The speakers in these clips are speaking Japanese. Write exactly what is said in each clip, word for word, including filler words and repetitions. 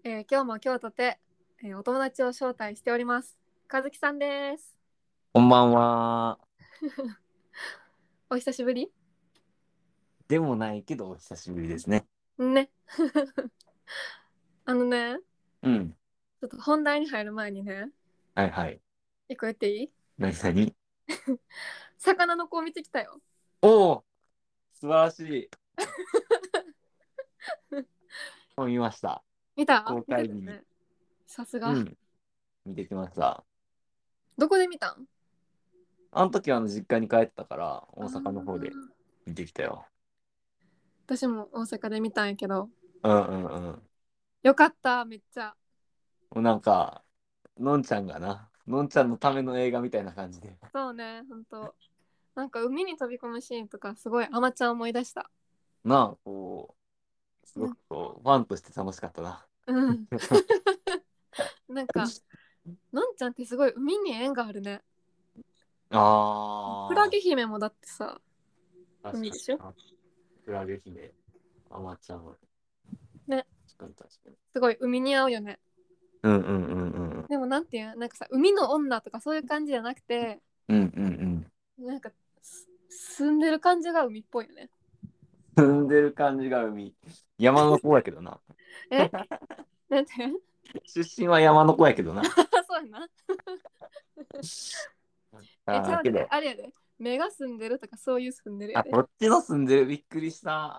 えー今日も今日とて、えーお友達を招待しております。和樹さんです。 こんばんは。 お久しぶりでもないけど、お久しぶりですね。 ね。あのね、 うん。 ちょっと本題に入る前にね、 はいはい。 一個言っていい？ 何何？ 魚の子を見てきたよ。 おお、素晴らしい。もう見ました。 見た？ 公見て開日に。 たよね。さすが。 うん。見てきました。 どこで見たん？ あの時はあの実家に帰ったから、 あ大阪の方でー見てきたよ。 私も大阪で見たんやけど、 うんうんうん。 よかった、めっちゃ。 もうなんか、のんちゃんがな、のんちゃんのための映画みたいな感じで。 そうね、ほんと。なんか海に飛び込むシーンとかすごいあまちゃん思い出した。 なあ、こう、すごなくこう、ファンとして楽しかったな。 うん。なんか、のんちゃんってすごい海に縁があるね。クラあゲ姫もだってさ、 あ、確海でしょ？ かにな。クラゲ姫、あまちゃんは。 ね、 確かに確かに。 すごい海に合うよね。 うんうんうんうん。 でもなんていうなんかさ、海の女とかそういう感じじゃなくて、 うんうんうん。 なんかす住んでる感じが海っぽいよね。 住んでる感じが海。山の子やけどな。 えなんて？ 出身は山の子やけどな。 そうやな。え、ちゃうで、 ああけど。 あれやで。目が住んでるとかそういう住んでるやあ、 で。 こっちの住んでるびっくりした。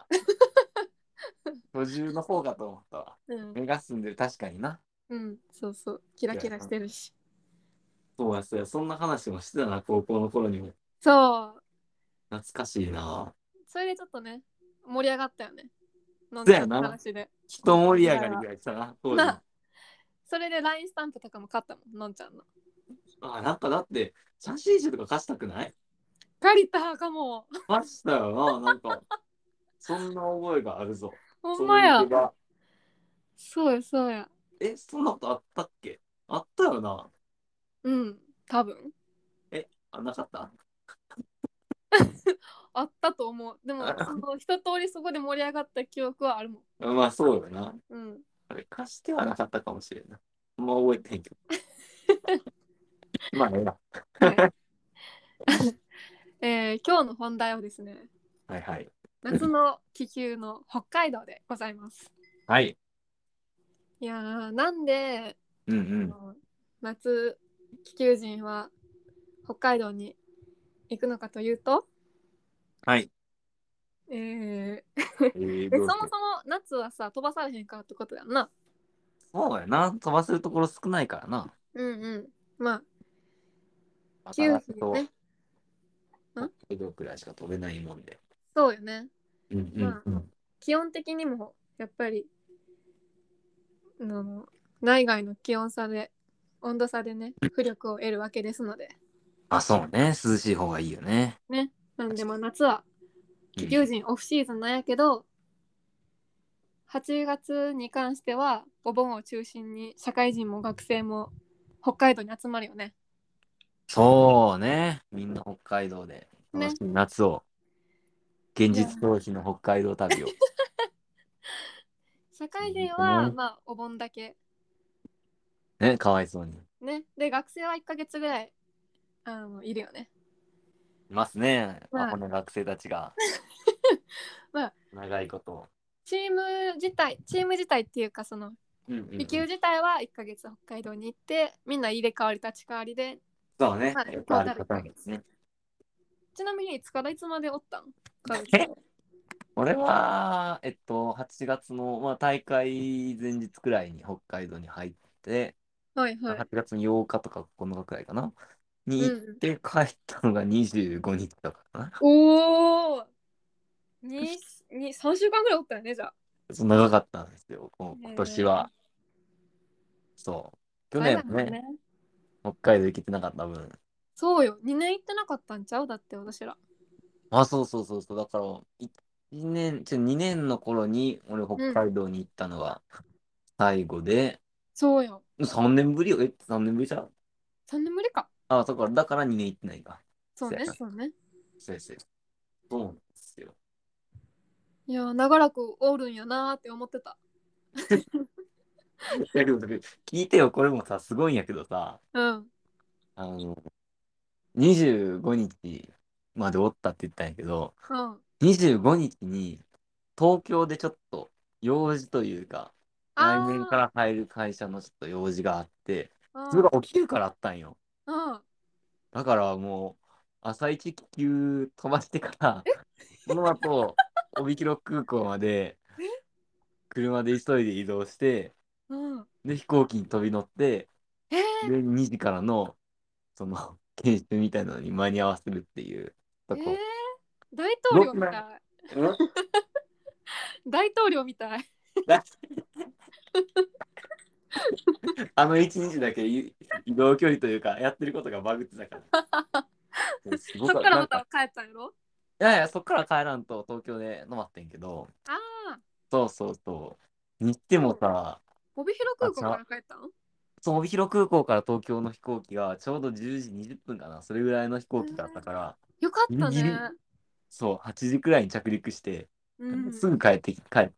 居住の方かと思ったわ。 うん。 目が住んでる、確かにな。 うん、そうそう。キラキラしいやてるし。 そうや、そうや、そんな話もしてたな、高校の頃にも。 そう。 懐かしいな。 それでちょっとね、盛り上がったよね。のんちゃんのそうやな。 話で。 一高校盛り上がり時代は。 ぐらいしたな、当時。 な、それで ライン スタンプとかも買ったもん、のんちゃんの。 あ、なんかだって、写真集とか貸したくない？ 借りたかも。 貸したよな、なんか、そんな覚えがあるぞ。 ほんそうまや。 いえば。 そうや、そうや。 え、そんなことあったっけ？あったよな。 うん、多分。 え、あ、なかった？ あったと思う。でも、その一通りそこで盛り上がった記憶はあるもん。 あまあそうよな。 うん。 あれ、貸してはなかったかもしれんな。あんま覚えてへんけど。まあ、ええな。 はい。えー今日の本題はですね、 はいはい。 夏の気球の北海道でございます。 はい。 いやー、なんで、 うんうん。 あの夏気球人は北海道に行くのかというと、 はい。 えーえー、 え、 どうして？ そもそも夏はさ、飛ばされへんからってことやんな。 そうやな。飛ばせるところ少ないからな。 うんうん。まあ、 渡九良と州ね。 北ん海道くらいしか飛べないもんで。 そうよね。 うんうまあ、 んうん。 基本的にも、やっぱり、あの、内外の気温差で、温度差でね、浮力を得るわけですので。 あ、そうね。涼しい方がいいよね。 ね。なんで、まあ、夏はうん。 気球人オフシーズンなんやけど、はちがつに関しては、お盆を中心に社会人も学生も北海道に集まるよね。 そうね。みんな北海道で楽しね。 い夏を、現いや、 実逃避の北海道旅を。 社会人は、 ね。 まあ、お盆だけ。 ね、かわいそうに。 ね。で、学生はいっかげつぐらい、あの、いるよね。 いますね。アまあ、 ホな学生たちがまあ、 長いこと。 チーム自体、チーム自体っていうか、その、 うんうん気うん。 球自体はいっかげつ北海道に行って、みんな入れ替わり立ち替わりで、 そうね。 まあ、 よくあるトータル1 パターンでヶ月。 すね。 ちなみに、いつからいつまでおったん？かずきさんえ、 は。 俺は、えっと、はちがつの、まあ、大会前日くらいに北海道に入って、 はいはい。 はちがつのようかとかここのかくらいかなに行っうんうん。 て帰ったのがにじゅうごにちとかかな。 おー、に、に、さんしゅうかんぐらいおったよね、じゃあ。 そう長かったんですよ、こう今年へえ。 は。そう。去あれ年もね、 だもんね。 北海道行けてなかった分。 そうよ。にねん行ってなかったんちゃう？だって私ら。 あ、そうそうそうそう。だから、いちねん、ちょ、にねんの頃に俺北うん。 海道に行ったのが最後で、 そうよ。 さんねんぶりよ。え、さんねんぶりじゃん。 さんねんぶりか。 あ、だから、だからにねん行ってないか。 そうね、 そうやな。 そうね。 そうやそうや。そうなんですよ。 いやー、長らくおるんやなーって思ってた。 やけど聞いてよ、これもさ、すごいんやけどさ、 うん。 あの、にじゅうごにちまでおったって言ったんやけど、 うん。 にじゅうごにちに東京でちょっと用事というか、来年かあら入る会社のちょっと用事があって、それあ。 がお昼からあったんよ。 うん。うん。 だからもう、朝一気球飛ばしてから、その後、帯広空港まで車で急いで移動して、 うん。 で、飛行機に飛び乗って、 えー、 で、にじからの、その、研修みたいなのに間に合わせるっていうえー、 とこ。 大統領僕な、 みたい。 うん大統領みたい。 だあの一日だけい移動距離というか、やってることがバグってたから。すごかった。 そっからなんか、 また帰ったんやろ？ いやいや、そっから帰らんと東京で泊まってんけど、 ああ。 そうそうそう。にしてもさ、 帯広あ、 空港かちゃ、 ら帰ったん？ そう、帯広空港から東京の飛行機がちょうどじゅうじにじゅっぷんかな、それぐらいの飛えー、 行機だったから、 よかったね。 ギリギリ、そう、はちじくらいに着陸して、 うん。 すぐ帰ってき、帰って。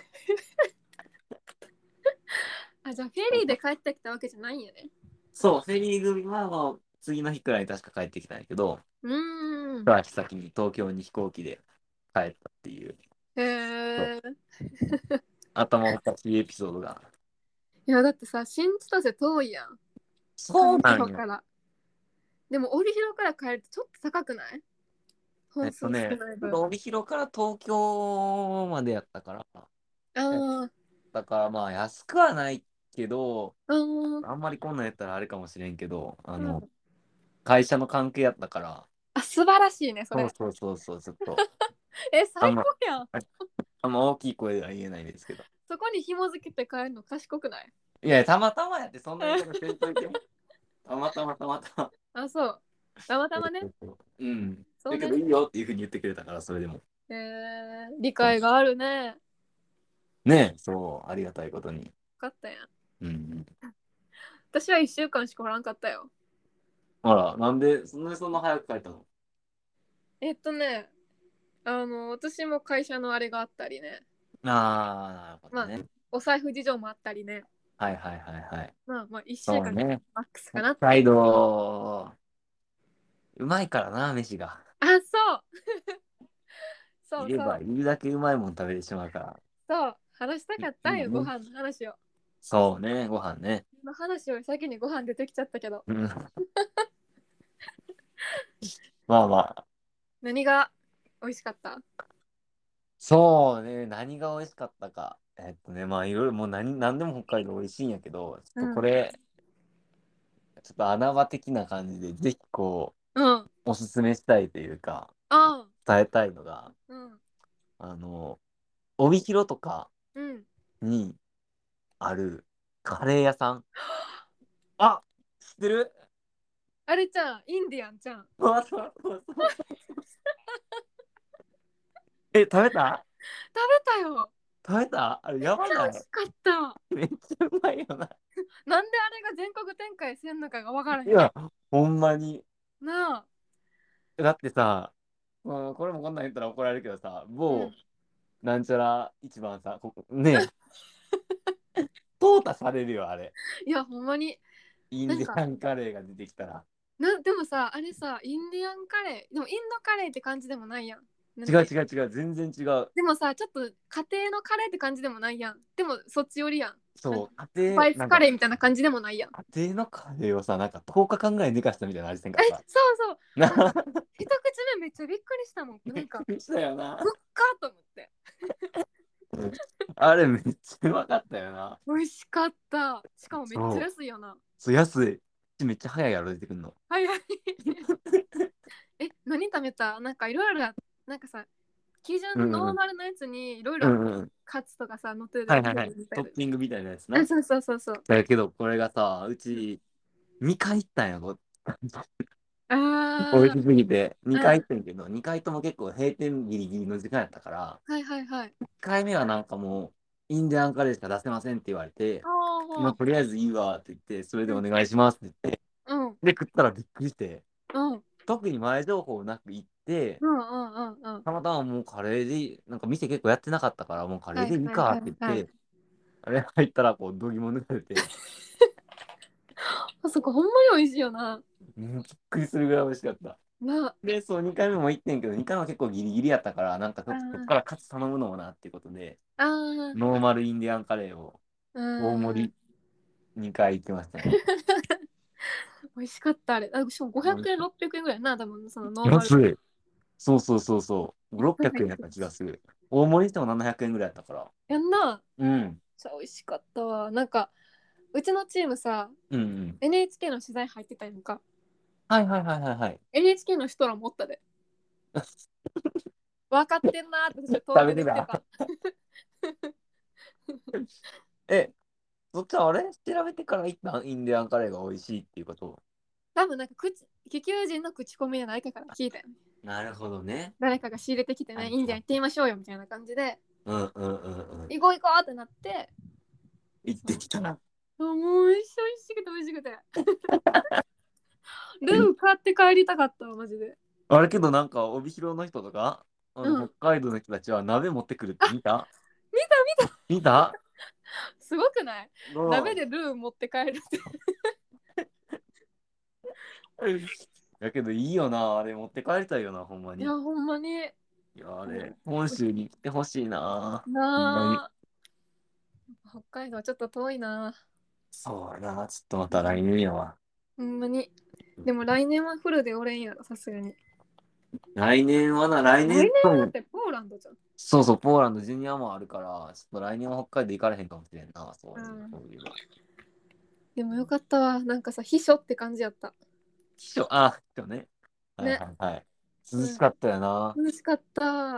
あ、じゃあフェリーで帰ってきたわけじゃないんやね。 そう、フェリー組はもう次の日くらいに確か帰ってきたんやけど、 うーん。 一足先に東京に飛行機で帰ったっていう、 へそうえ。 頭おかしいエピソードが。 いやだってさ、新千歳遠いやん。 そう帯なんよ。 広から。でも帯広から帰るとちょっと高くない？本数少えっとね、 ない分。 帯広から東京までやったから、 あえあ、 だからまあ安くはないけど、 ああ、 あんまりこんなんやったらあれかもしれんけど、あの、 うん。 会社の関係やったから、 あ、素晴らしいね、それ。 そうそうそうそう、ちょっと、 え、最あんま、 高やん。 あんま大きい声では言えないですけど。 そこに紐付けて帰るの賢くない？ いや、たまたまやって、そんな言い方せんといて。たまたまたまたま。 あ、そう。たまたそうまね。 そうそううん。 そうね。 だけどいいよっていうふうに言ってくれたから、それでも。 えー、理そう解があるね。よねえ、そう、ありがたいことに。 かったやん。 うんうん。 私はいっしゅうかんしかおらんかったよ。 あら、なんで、そんなにそんな早く帰ったの？ えっとね、あの、私も会社のあれがあったりね。 ああ、なるほどまあ、 ね。 お財布事情もあったりね。 はいはいはいはい。 まあまあ、1週間そうね。 マックスか北なって。 海道、うまいからな、飯が。 あ、そうそうそう。 いればいるだけうまいもん食べてしまうから。 そう。話したいかったんよ、ごいいね。 飯の話を。 そうね、ご飯ね。 その話を先にご飯出てきちゃったけど。 うん。まあまあ。 何が美味しかった？ そうね、何が美味しかったか。えっとね、まあいろいろもう何、何でも北海道美味しいんやけど、ちょっとこうん。 れ、ちょっと穴場的な感じで、ぜひこうん。 う、おすすめしたいというか、 ああ。 伝えたいのが、 うん。 あの、帯広とかうん。 にあるカレー屋さん。あ、知ってる？ あれちゃん、インディアンちゃん。 そうそうそうそうそう。え、食べた？ 食べたよ。 食べたあれ、 めっちゃやばない？ 美味しかった。 めっちゃうまいよな。 なんであれが全国展開せんのかがわからへん。 いや、ほんまに。 なあ。 だってさ、うん、これもこんなん言ったら怒られるけどさ、某うん。 なんちゃら一番さ、ここ、ね、淘汰されるよ、あれ。 いや、ほんまに。 インディなんか、 アンカレーが出てきたら。 な、でもさ、あれさ、インディアンカレー、でもインドカレーって感じでもないやん。なん違うて。 違う違う、全然違う。 でもさ、ちょっと家庭のカレーって感じでもないやん。でもそっち寄りやん。なんかそう、 スパ家庭、なんか、 イスカレーみたいな感じでもないやん。 家庭のカレーをさ、なんかとおかかんぐらい寝かしたみたいな味せんかえ、 った。 そうそう。なんか、 な、 一口目めっちゃびっくりしたもん。なんか、 びっくりしたよな。 ふっかーと思って。 あれめっちゃうまかったよな。 美味しかった。しかもめっちゃそう。 安いよな。 そう、安い。めっちゃ早いやろ、出てくんの。 はいはい。え、何食べた？なんかいろいろ、なんかさ、基準ノーうんうん。 マルのやつにいろいろうんうん。 カツとかさ、乗ってるやつはいはいはい。 みたいな。 トッピングみたいなやつあ、 な。 そうそうそうそう。 だけど、これがさ、うちにかい行ったんや、こ美味あしすぎて。 あ、 にかい行っうん。 たんやけど、にかいとも結構閉店ギリギリの時間やったから、 はいはいはい。 いっかいめはなんかもう、インディアンカレーしか出せませんって言われて、 あまあ、 あ、 とりあえずいいわって言って、それでおうん願いしますって言って、 うん。 で、食ったらびっくりして、 うん。 特に前情報なく行って、 うんうんうんうん。 たまたまもうカレーでいい、なんか店結構やってなかったから、もうカレーはいはいでいいかっはいはい。 て言って、 あれ入ったらこうどぎも抜かれて、 あそこほんまに美味しいよな。 うんびっくりするぐらい美味しかった。 なで、そう、にかいめも行ってんけど、にかいめは結構ギリギリやったから、なんかちょっとそっかあらカツ頼むのもなっていうことで、 ああノーマルインディアンカレーをう大盛ん。 りにかい行きましたね。 美味しかったあれ。あ、しかも500円、 美味しかっろっぴゃくえんぐらいな、多分そのノた。 ーマル。 安い。そうそうそうそう。600 いっぱい入っ円やったてるし。 気がする。大盛りにしてもななひゃくえんぐらいやったから。 やんな。 うん。 さ、美味しかったわ。なんか、うちのチームさ、 うんうん。 エヌエイチケー の取材入ってたやんか。 はいはいはいはいはい。 エヌエイチケー の人ら持ったで。分かってんなーって私は遠目食べてた。 で言ってた。 え、そっちはあれ調べてから行ったんインディアンカレーが美味しいっていうこと。 多分なんか口、気球人の口コミじゃないかから聞いたよね。 なるほどね。 誰かが仕入れてきてね、 はいいいんじゃんはい。 行ってみましょうよみたいな感じで、 うんうんうんうん。 行こう行こうってなって、 行ってきたな。 そう。もう美味しい美味しくて美味しくて。ルー買って帰りたかったわ、マジで。 あれけどなんか、帯広の人とか、あの、 うん。 北海道の人たちは鍋持ってくるって見た見た見た。 見たすごくない？鍋のでルー持って帰るって。 やけどいいよな、あれ持って帰りたいよな、ほんまいや、 に。 ほんまに。 いや、あれ、 も本州に来てほしいな。ほんまに。 なあ。北海道ちょっと遠いな。 そうやな、ちょっとまた来年やわ。 ほんまに。でも来年はフルでおれんやろ、さすがに。 来年はな、来来年年とも、 はだってポーランドじゃん。 そうそう、ポーランドジュニアもあるから、ちょっと来年は北海道行かれへんかもしれんな、そういう、 うん。 そういうの。 でもよかったわ。なんかさ、秘書って感じやった。 気象、あ、今日ね。はいね。 はいはい。涼うん。 しかったよな。 楽しかった。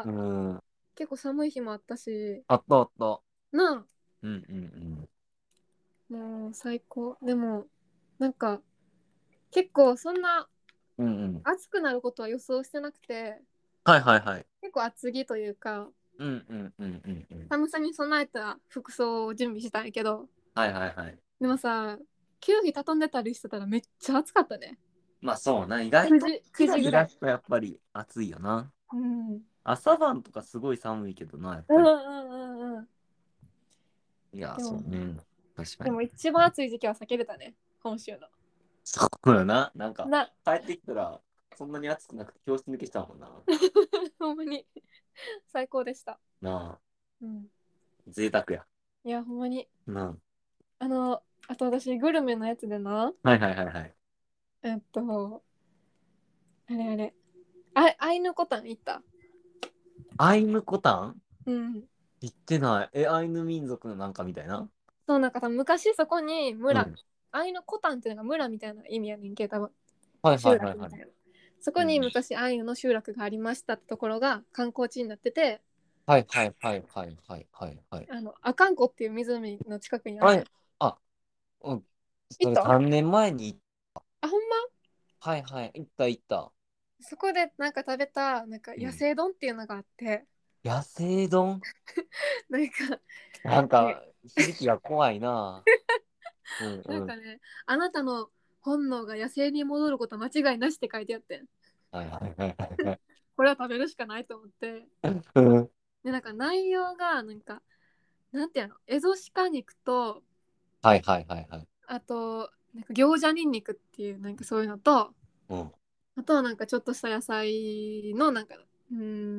うん。 結構寒い日もあったし。 あったあった。 なうんうんあ、もう最高。でも、なんか、結構そんなうん。うんうん。 暑くなることは予想してなくて、 はいはいはい。 結構厚着というか、 うんうんうんうんうん。 寒さに備えた服装を準備したんやけど、 はいはいはい。 でもさ、球技畳んでたりしてたらめっちゃ暑かったね。 まあそうな、意外 9 と、 時、9 キラ時ぐらい。 キラとやっぱり暑いよな。 うん。うん朝晩とかすごい寒いけどな、やっうんぱり。 うんうん。 いや、 でも、 そうね。確かに。 でも一番暑い時期は避けれたね、本州の。 そうだな。なんか、 な、 帰ってきたら、そんなに暑くなくて教室抜けしたもんな。 ほんまに最高でした。 なあ、 うん。 贅沢や。 いや、ほんまに。 なあの、あと私、グルメのやつでな、 あ。はいはいはいはい。 えっと、あれあれ、あアイヌコタン行った？ アイヌコタンうん。 行ってない。え、アイヌ民族のなんかみたいな。 そう、なんかさ、昔そこに村、 うん。 アイヌコタンっていうのが村みたいな意味やねんけど、多分はいは集いはいはい。 落みたいな。そこにうん。 昔アイヌの集落がありましたってところが観光地になってて、 はいはいはいはいはいはいはい。 あの、アカンコっていう湖の近くにあんはい。 ねん。 あ、うん。それ行った？ さんねんまえに、 あ、ほんま？ はいはい。行った行った。 そこでなんか食べた、なんかうん。 野生丼っていうのがあって、 野生丼なんか、 なんね、 か、響きが怖いな。うんうん。 なんかね、あなたの本能が野生に戻ること間違いなしって書いてあってん。 はいはいはいはいはい。 これは食べるしかないと思って。 うん。 で、なんか内容が、なんか、なんていうの、エゾシカ肉と、 はいはいはいはい。 あと、なんか餃子ニンニクっていう、なんかそういうのと、 うん。 あとはなんかちょっとした野菜の、なんか、うん、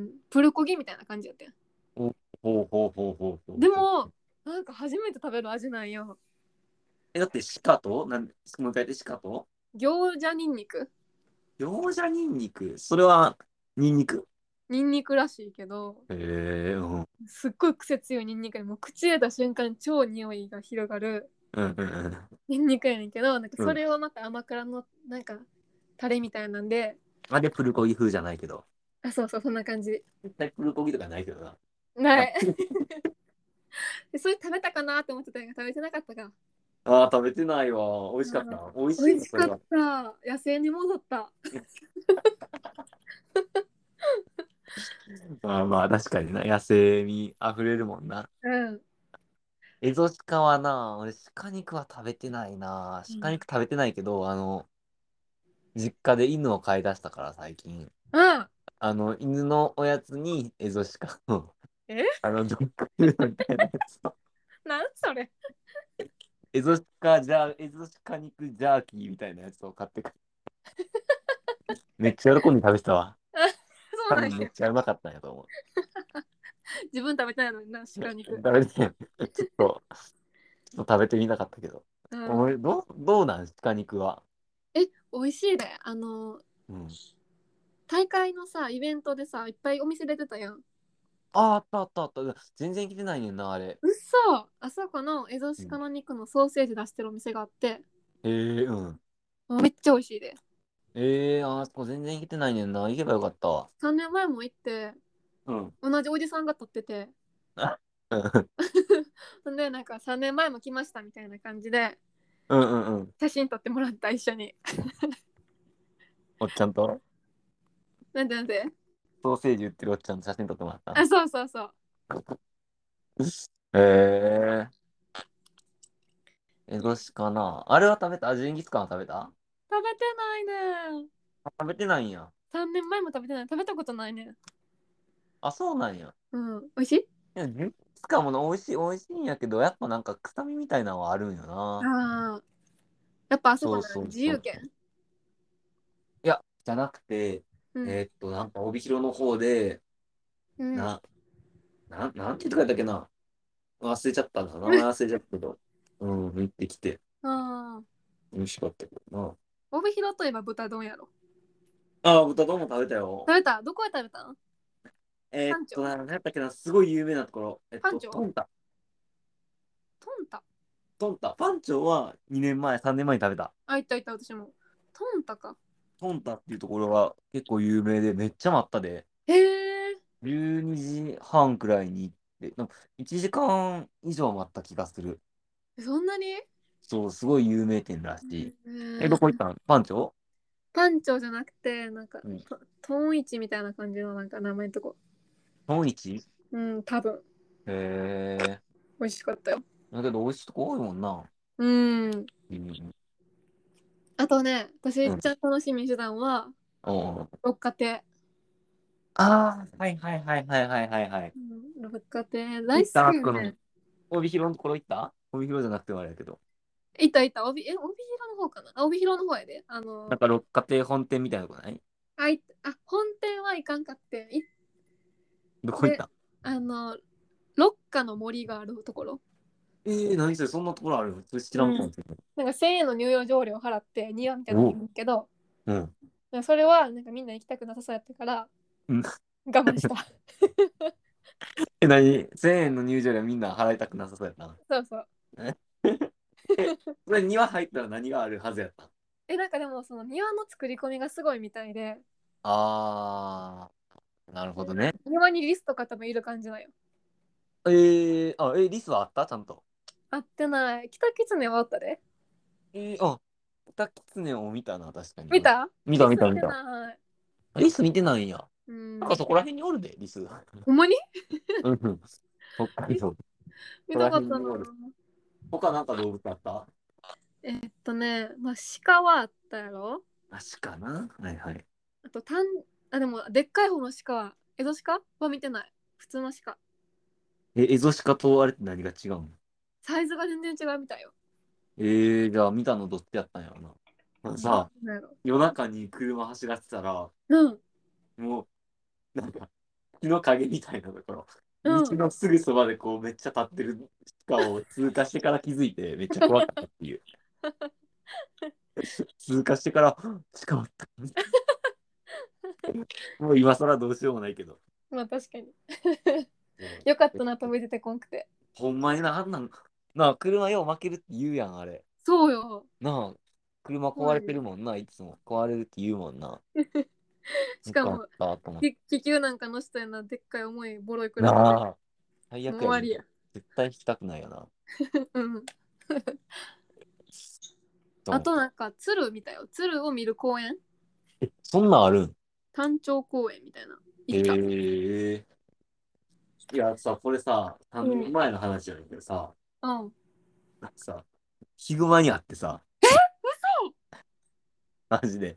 プルコギみたいな感じやってん。 おほうほうほうほうほうほう。 でも、なんか初めて食べる味なんよ。 え、だって鹿となん、もう一回で鹿と餃子ニンニク餃子ニンニクそれは、ニンニクニンニクらしいけど、 へえ、うん。 すっごい癖強いニンニクで、もう口入れた瞬間超匂いが広がるうんうんニンニクやねんけど、なんかうん。うん。 それをまた甘辛のなんかタレみたいなんで、 あれ、プルコギ風じゃないけど。 あ、そうそう、そんな感じ。 絶対プルコギとかないけどな。 ない。でそれ食べたかなって思ってたけど食べてなかったか。 ああ、食べてないわ。美味しかっうん。 た。美味しい美味しかっのそれは。 た。野生に戻った。 まあまあ、確かにな。野生味あふれるもんな。 うん。 エゾシカはな、俺、鹿肉は食べてないな。 うん。 鹿肉食べてないけど、あの、実家で犬を飼い出したから、最近。 あ、 あの、犬のおやつにエゾシカの、 えあの、ドッグフードみたいなやつを。 なんそれ。 エゾシカジャー、エゾシカ肉ジャーキーみたいなやつを買ってくる。めっちゃ喜んで食べてたわ。 あ、そう多なんや。 分めっちゃうまかったんやと思う。 自分食べたいのにな、鹿肉。 食べて、ちょっと、ちょっと食べてみたかったけど。 うん、 お前、どう、どうなん鹿肉は。 え、美味しいで。あの、 うん。 大会のさ、イベントでさ、いっぱいお店出てたやん。 あ、あったあったあった。全然来てないねんな、あれ。 うっそ、あそこのエゾうん。 シカの肉のソーセージ出してるお店があって、 えー、うん。 めっちゃ美味しいで。 えー、あそこ全然来てないねんな。行けばよかったわ。 さんねんまえも行って、 うん。 同じおじさんが撮ってて、 あうんほんで、なんかさんねんまえも来ましたみたいな感じで、 うんうんうん。 写真撮ってもらった、一緒に。 おっちゃんとなんでなんで。 ソーセージ売ってるおっちゃんと写真撮ってもらった。 あ、そうそうそう。 えー、え、どうしかな。あれは食べた、ジンギスカンは食べた？ 食べてないね。 あ食べてないんや。 さんねんまえも食べてない。食べたことないね。 あ、そうなんや。 うん。美味しい。 いや、ジンギスカンもな美味しい、美味しいんやけど、やっぱなんか臭みみたいなのはあるんよな。 ああ。やっぱあそこな、 そうそう自そうそう。 由軒。 いや、じゃなくて、 うん。 えーっと、なんか帯広の方で、 うん。 な、な、なんて言って書いたっけな。忘れちゃったな。名前忘れちゃったけど。うん、行ってきて、 ああ。 美味しかったけどな。 帯広といえば豚丼やろ。 ああ、豚丼も食べたよ。 食べた。どこで食べたん？ えーっと、 パンチョ。 な、なんやったっけな、すごい有名なところ。えっと、 パンチョ。 トンタ。 トンタ。 トンタ。パンチョはにねんまえ、さんねんまえに食べた。 あ、行った行った、私も。トンタか。 トンタっていうところは結構有名で、めっちゃ待ったで。 へえ。 じゅうにじはんくらいに行って、なんかいちじかん以上待った気がする。 そんなに？ そう、すごい有名店らしい。 へえ、どこ行っー。 たん？パンチョ？ パンチョじゃなくて、なんか、 うん。 トトンイチみたいな感じのなんか名前のとこ。 トンイチ？ うん、多分。 へえ。 美味しかったよ。 だけど美味しいとこ多いもんな。 うん。 うん。 あとね、私めうん。 っちゃ楽しみにしてたのは、 おう六花亭。 ああ、はいはいはいはいはいはいはい。 うん、六花亭大好行ったあそこの、 きよね。 帯広のところ行った？帯広じゃなくてもあれやけど。 いたいた、帯、え、帯広の方かなあ、帯広の方やで。あの、 なんか六花亭本店みたいなとこない？ あ、い、あ、本店はいかんかって。いで、 どこ行った？ あの、六花の森があるところ。 えー、何それ、そんなところあるの？それ知らうん。 んかもしれない。 なんかせんえんの入場料を払って庭みたいなのおう。 に行くけど、 うん。 なんかそれはなんかみんな行きたくなさそうやったからうん。 我慢した。 え、何？ せん 円の入場料みんな払いたくなさそうやったな。 そうそう。 ええ、それ庭入ったら何があるはずやった？ え、なんかでもその庭の作り込みがすごいみたいで、 あー、なるほどね。 庭にリスとか多分いる感じだよ。 えー、あ、え、リスはあったちゃんと。 合ってない。北キツネはおったで。 えー、あ、豚キツネを見たな、確かに。うん。 見た？ 見たリス見て見た見た。 ない。 リス見てないんや。 うん。 なんかそこら辺におるで、リス。 ほんまに？ うん。北海リス道。そ見こらたかったな。 辺におる。他なんか動物あった？ えっとね、まあ、鹿はあったやろ。 確かな。はいはい。 あと、たん、あ、でも、でっかい方の鹿は、エゾシカは見てない。普通の鹿。 え、エゾシカとあれって何が違うの？ サイズが全然違うみたいよ。 えー、じゃあ見たのどっちやったんやろな。あのどさ、 うなんやろ。 夜中に車走らせてたら、 うん。 もう、なんか、日の影みたいなところ、道うん。 のすぐそばでこう、めっちゃ立ってる鹿を通過してから気づいて、めっちゃ怖かったっていう。通過してから、鹿おった。もう今更どうしようもないけど。 まあ、確かに。 そうよかったな、飛び出てこんくて。 ほんまにな、あんなん、なあ、車よう負けるって言うやん、あれ。 そうよ。 なあ、車壊れて怖いよ。 るもんな、いつも。壊れるって言うもんな。よかっしかも、 たと思って。 き気球なんかの人やな、でっかい重いボロい車で。 なあ、最悪やで。 もう終わりや。 絶対引きたくないよな。 うん。あと思った。 となんか、鶴見たよ。鶴を見る公園。 え、そんなんあるん？ 単調公園みたいな。行った。 へえ。いや、さ、これさ、3 うん。 年前の話じゃないけどさ、 うん。 なんかさ、ヒグマに会ってさ、 嘘。 マジで。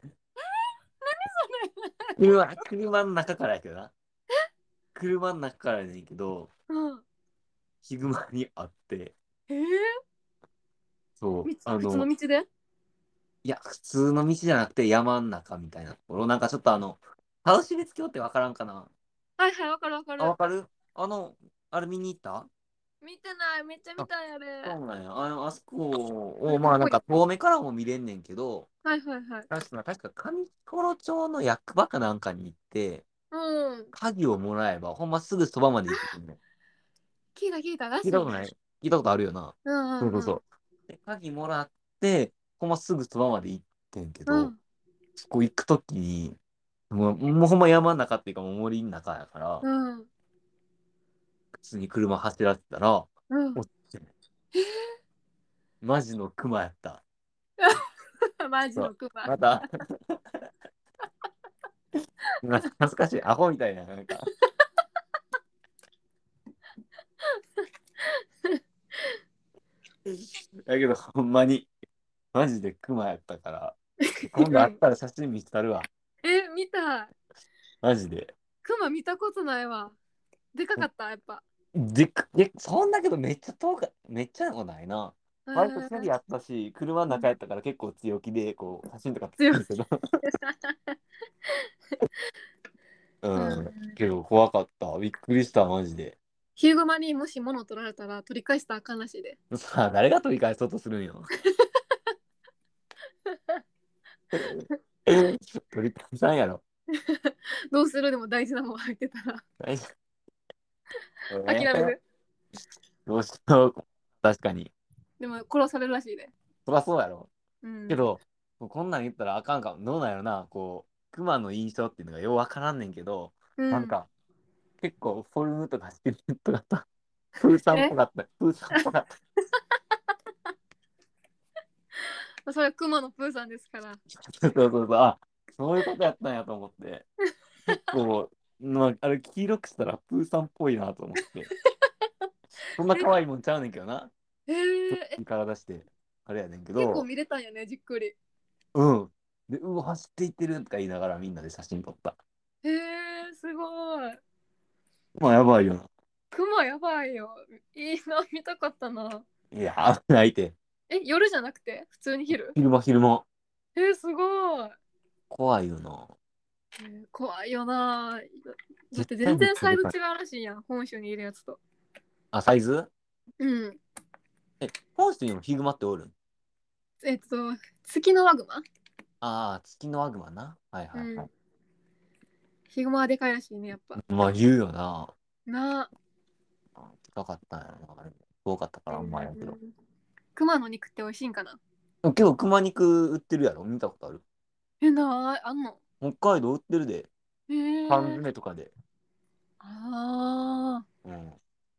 何それ。 車、車の中からやけどな。車の中からやねんけど、 うん。 ヒグマに会って、 えー、 そう、 みあ普通のの、 道で？ いや、普通の道じゃなくて山ん中みたいなところ、なんかちょっとあの、楽し別橋ってわからんかな？ はいはい、わかるわかあ、わる。 かる？あの、あれ見に行った？ 見てない、めっちゃ見あ、 たいあれ。 そうなんや。あの、あそこを、 あれかっこいい。 まあなんか遠目からも見れんねんけど、 はいはいはい。 確か、確か上幌町の役場かなんかに行って、 うん。 鍵をもらえば、ほんますぐそばまで行けるの。 聞いた聞いたらしいね。 聞いたことない？聞いたことあるよな。 うんうんうん。 そうそうそう。で、鍵もらって、ほんますぐそばまで行ってんけど、 うん。 そこ行くときに、もう、もうほんま山の中っていうかもう森の中やから、 うん。 普通に車走らせたら、おうん。 っちゃマジのクマやった。 マジそう。 のクマ。 また、な恥ずかしい。アホみたいな、なんか。だけど、ほんまに、マジでクマやったから、今度会っうん。 たら写真見せたるわ。 え、見たい。 マジで。 クマ見たことないわ。でかかった、やっぱ。 でっで、そんだけどめっちゃ遠か、めっちゃでもないな。 え割と距ー、 離あったし、車のうん、 中やったから結構強気で、こう、写真とか撮っ強い。 てるけど。 ううん。 ん。 けど怖かった。びっくりした、マジで。 ヒューゴマにもし物取られたら取り返したらあかんらしいで。 さあ、誰が取り返そうとするんよ。取り返さんやろ。 どうする？でも大事なもん入ってたら。 大丈夫。えー諦める？ どうしよう。確かに。 でも殺されるらしいで。 そりゃそうやろ。 うん。 けど、もうこんなん言ったらあかんかも。どうなんやろな。こう、熊の印象っていうのがようわからんねんけど、 うん。 なんか、結構フォルムとかシルエットがさ、プーさんっぽえ、 かった。プーさんっぽかった。 それはクマのプーさんですから。 そうそうそう。あ、そういうことやったんやと思って。結構、まあ、あれ黄色くしたらプーさんっぽいなと思って。そんな可愛いもんちゃうねんけどな。 えー、え、 体して、あれやねんけ結構ど、 見れたんやね、じっくり。 うん。で、うわ、走っていってるとか言いながらみんなで写真撮った。 へえー、すごい。 まあ、やばいよな。 クマやばいよ。いいな、見たかったな。 いや、危ないて。 え、夜じゃなくて普通に昼？ 昼間、昼間。 えー、すごい。 怖いよな。 えー怖いよな。だって絶対めっ全然サイズ違ちゃでかい。 うらしいやん、本州にいるやつと。 あ、サイズ？ うん。 え、本州にもヒグマっておるん？ えっと、月のワグマ。 ああ、月のワグマな。はいうん。 はいはい。 ヒグマはでかいらしいね、やっぱ。 まあ言うよな。 な。 あ、高かったんやろな。あれ多かったかうらあんまやけど。 ん。クマの肉って美味しいんかな？ けど、熊肉売ってるやろ？見たことある？ え、なーい、あんの？ 北海道売ってるで。 え缶ー。 詰とかで。 ああ。 うん。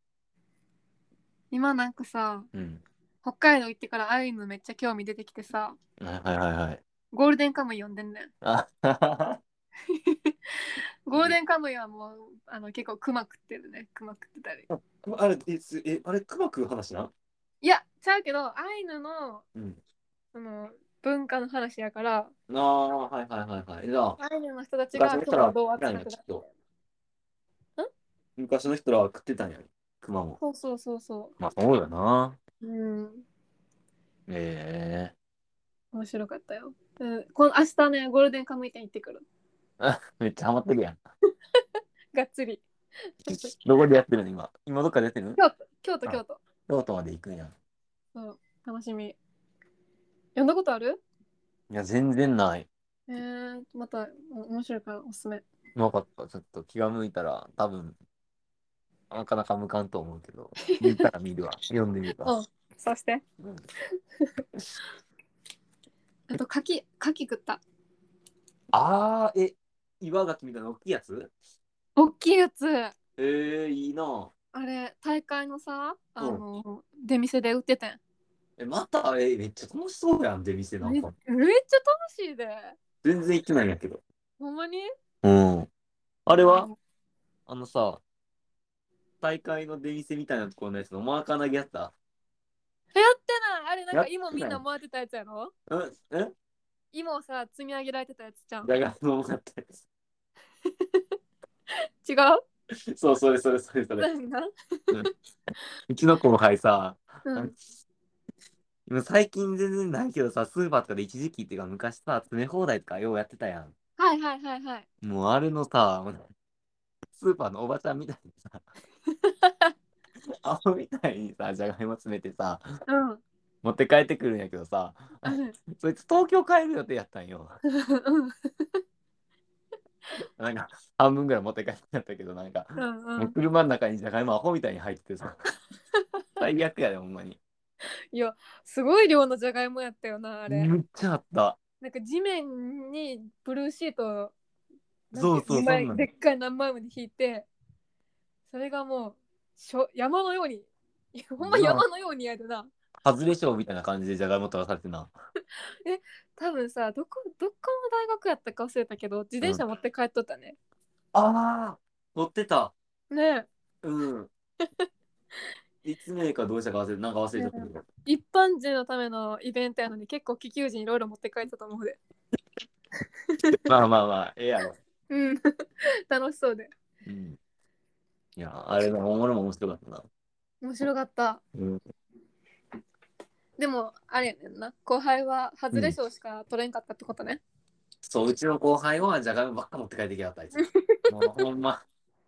今なんかさ、 うん。 北海道行ってからアイヌめっちゃ興味出てきてさ、 はいはいはいはい。 ゴールデンカムイ読んでんねん。 あははゴールデンカムイはもうあの結構クマ食ってるね。クマ食ってたり。 あれ、え、すえ、あれ、熊食う話な？ いや、ちゃうけど、アイヌのうん。 その文化の話やから、 ああ、はいはいはいはい。じゃあ、 アイヌの人たちがク昔の人らはマをどう扱食ってたんや、 ってたか。 きっと。 ん昔の人らは食ってたんや、熊も。 そうそうそうそまあ、そうよな。 う。うん。 ええ面白かったよ。うん、この明日ね、ゴールデンカムイ店行ってくる。 ー。めっちゃハマってるやん。 がっつり。 どこでやってるの今？今どっかでやってるの？ 京都、京都、 あ、 京都。 京都まで行くんや。 そう、楽しみ。読んだことある？ いや、全然ない。 えー、またお面白いからおすすめ。 分かった。ちょっと気が向いたら、多分、なかなか向かんと思うけど、見たら見るわ。読んでみるわ。 うん。そうして。 うん、 あと、柿、柿食った。 あー、え、岩牡蠣みたいな大きいやつ？ 大きいやつ。 えー、いいな。 あれ、大会のさ、 うん。 あの、出店で売っててん。 え、また、え、めっちゃ楽しそうやん、出店なんめ、めっか。 ちゃ楽しいで。 全然行ってないんやけど。 ほんまに？ うん。あれはあの、 あのさ、大会の出店みたいなところのやつのマーカー投げやった？ やってない。あれ、なんやか芋みんってない。 な回ってたやつやろ？ うん、え芋をさ、積み上げられてたやつじゃん。 じゃがいももらったやつ。 違う？ そう、それそれそれそれ。 そうやんな。 うん、うちの後輩さ、 うん。 今最近全然ないけどさ、スーパーとかで一時期っていうか昔さ、詰め放題とかようやってたやん。 はいはいはいはい。 もうあれのさ、スーパーのおばちゃんみたいにさ、アホみたいにさ、じゃがいも詰めてさ、 うん。 持って帰ってくるんやけどさ、 うん。 そいつ東京帰る予定やったんよ。 うん。 なんか半分ぐらい持って帰ってやったけど、なんか、 うんうん。 もう車の中にじゃがいもアホみたいに入っててさ、最悪やで、ほんまに。 いや、すごい量のじゃがいもやったよな、あれ。 むっちゃあった。 なんか地面にブルーシート、なんていう、 そうそう、そんにまい、 なん。 でっかい何枚もで引いて、それがもう、しょ山のように、いやほんまな、 山のようにやるな。 外れ賞みたいな感じでじゃがいも取らされてな。 え、多分さ、どこ、どっかの大学やったか忘れたけど、自うん。 転車持って帰っとったね。 ああ、取ってた。 ねうん。いつ名かどうしたか忘れて、なんか忘え。ねれちゃったけど。 え、一般人のためのイベントやのに結構気球人いろいろ持って帰ってたと思うで。 まあまあまあ、ええやろ。 うん。楽しそうで。 うん。いや、あれのおもろも面白かったな。 面白かった。 うん。 でも、あれやねんな。後輩はうん。 外れ賞しか取れんかったってことね。 そう、うちの後輩はじゃがいもばっか持って帰ってきやがった、あいつ。もうほんま。